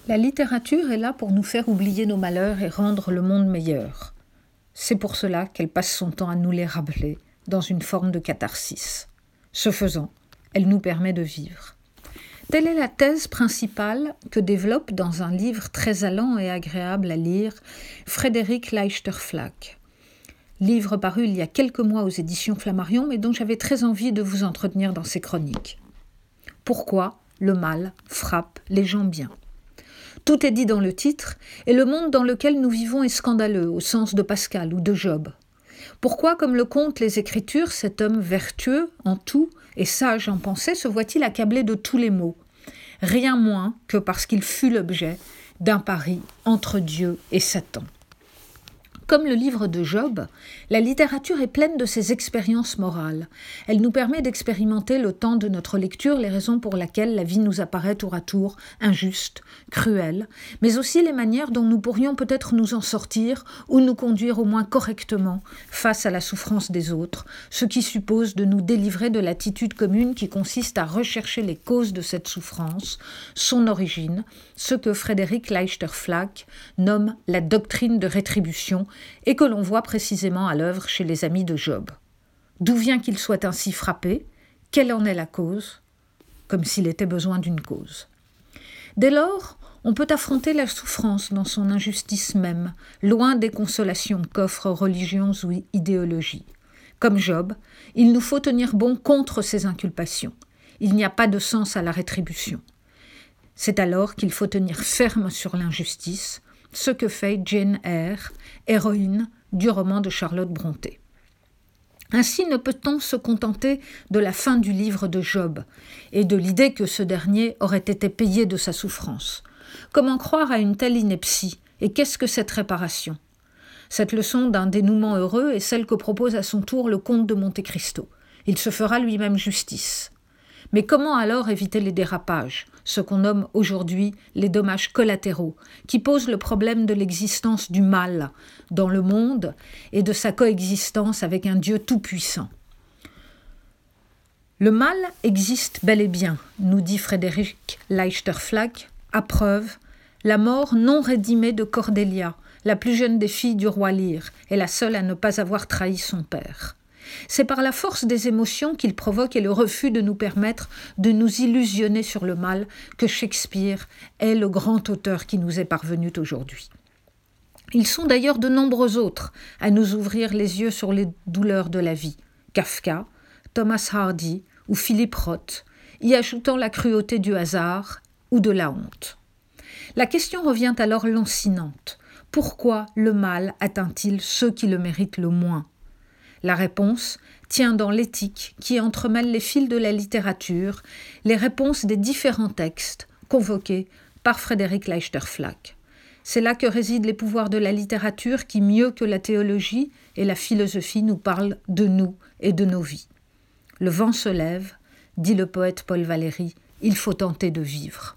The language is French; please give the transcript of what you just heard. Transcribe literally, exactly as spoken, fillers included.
La littérature est là pour nous faire oublier nos malheurs et rendre le monde meilleur. C'est pour cela qu'elle passe son temps à nous les rappeler, dans une forme de catharsis. Ce faisant, elle nous permet de vivre. Telle est la thèse principale que développe dans un livre très allant et agréable à lire Frédéric Leichter-Flach. Livre paru il y a quelques mois aux éditions Flammarion, mais dont j'avais très envie de vous entretenir dans ces chroniques. Pourquoi le mal frappe les gens bien ? Tout est dit dans le titre, et le monde dans lequel nous vivons est scandaleux, au sens de Pascal ou de Job. Pourquoi, comme le content les Écritures, cet homme vertueux en tout et sage en pensée se voit-il accablé de tous les maux ? Rien moins que parce qu'il fut l'objet d'un pari entre Dieu et Satan. Comme le livre de Job, la littérature est pleine de ces expériences morales. Elle nous permet d'expérimenter le temps de notre lecture les raisons pour lesquelles la vie nous apparaît tour à tour injuste, cruelle, mais aussi les manières dont nous pourrions peut-être nous en sortir ou nous conduire au moins correctement face à la souffrance des autres, ce qui suppose de nous délivrer de l'attitude commune qui consiste à rechercher les causes de cette souffrance, son origine, ce que Frédéric Leichter-Flach nomme la doctrine de rétribution, et que l'on voit précisément à l'œuvre chez les amis de Job. D'où vient qu'il soit ainsi frappé ? Quelle en est la cause ? Comme s'il était besoin d'une cause. Dès lors, on peut affronter la souffrance dans son injustice même, loin des consolations qu'offrent religions ou idéologies. Comme Job, il nous faut tenir bon contre ces inculpations. Il n'y a pas de sens à la rétribution. C'est alors qu'il faut tenir ferme sur l'injustice, ce que fait Jane Eyre, héroïne du roman de Charlotte Brontë. Ainsi ne peut-on se contenter de la fin du livre de Job et de l'idée que ce dernier aurait été payé de sa souffrance. Comment croire à une telle ineptie et qu'est-ce que cette réparation ? Cette leçon d'un dénouement heureux est celle que propose à son tour le comte de Monte Cristo. Il se fera lui-même justice. Mais comment alors éviter les dérapages, ce qu'on nomme aujourd'hui les dommages collatéraux, qui posent le problème de l'existence du mal dans le monde et de sa coexistence avec un Dieu tout-puissant ? Le mal existe bel et bien, nous dit Frédéric Leichter-Flach, à preuve, la mort non rédimée de Cordélia, la plus jeune des filles du roi Lear, et la seule à ne pas avoir trahi son père. C'est par la force des émotions qu'il provoque et le refus de nous permettre de nous illusionner sur le mal que Shakespeare est le grand auteur qui nous est parvenu aujourd'hui. Ils sont d'ailleurs de nombreux autres à nous ouvrir les yeux sur les douleurs de la vie. Kafka, Thomas Hardy ou Philippe Roth, y ajoutant la cruauté du hasard ou de la honte. La question revient alors lancinante. Pourquoi le mal atteint-il ceux qui le méritent le moins ? La réponse tient dans l'éthique qui entremêle les fils de la littérature, les réponses des différents textes convoqués par Frédéric Leichter-Flach. C'est là que résident les pouvoirs de la littérature qui, mieux que la théologie et la philosophie, nous parlent de nous et de nos vies. Le vent se lève, dit le poète Paul Valéry, il faut tenter de vivre.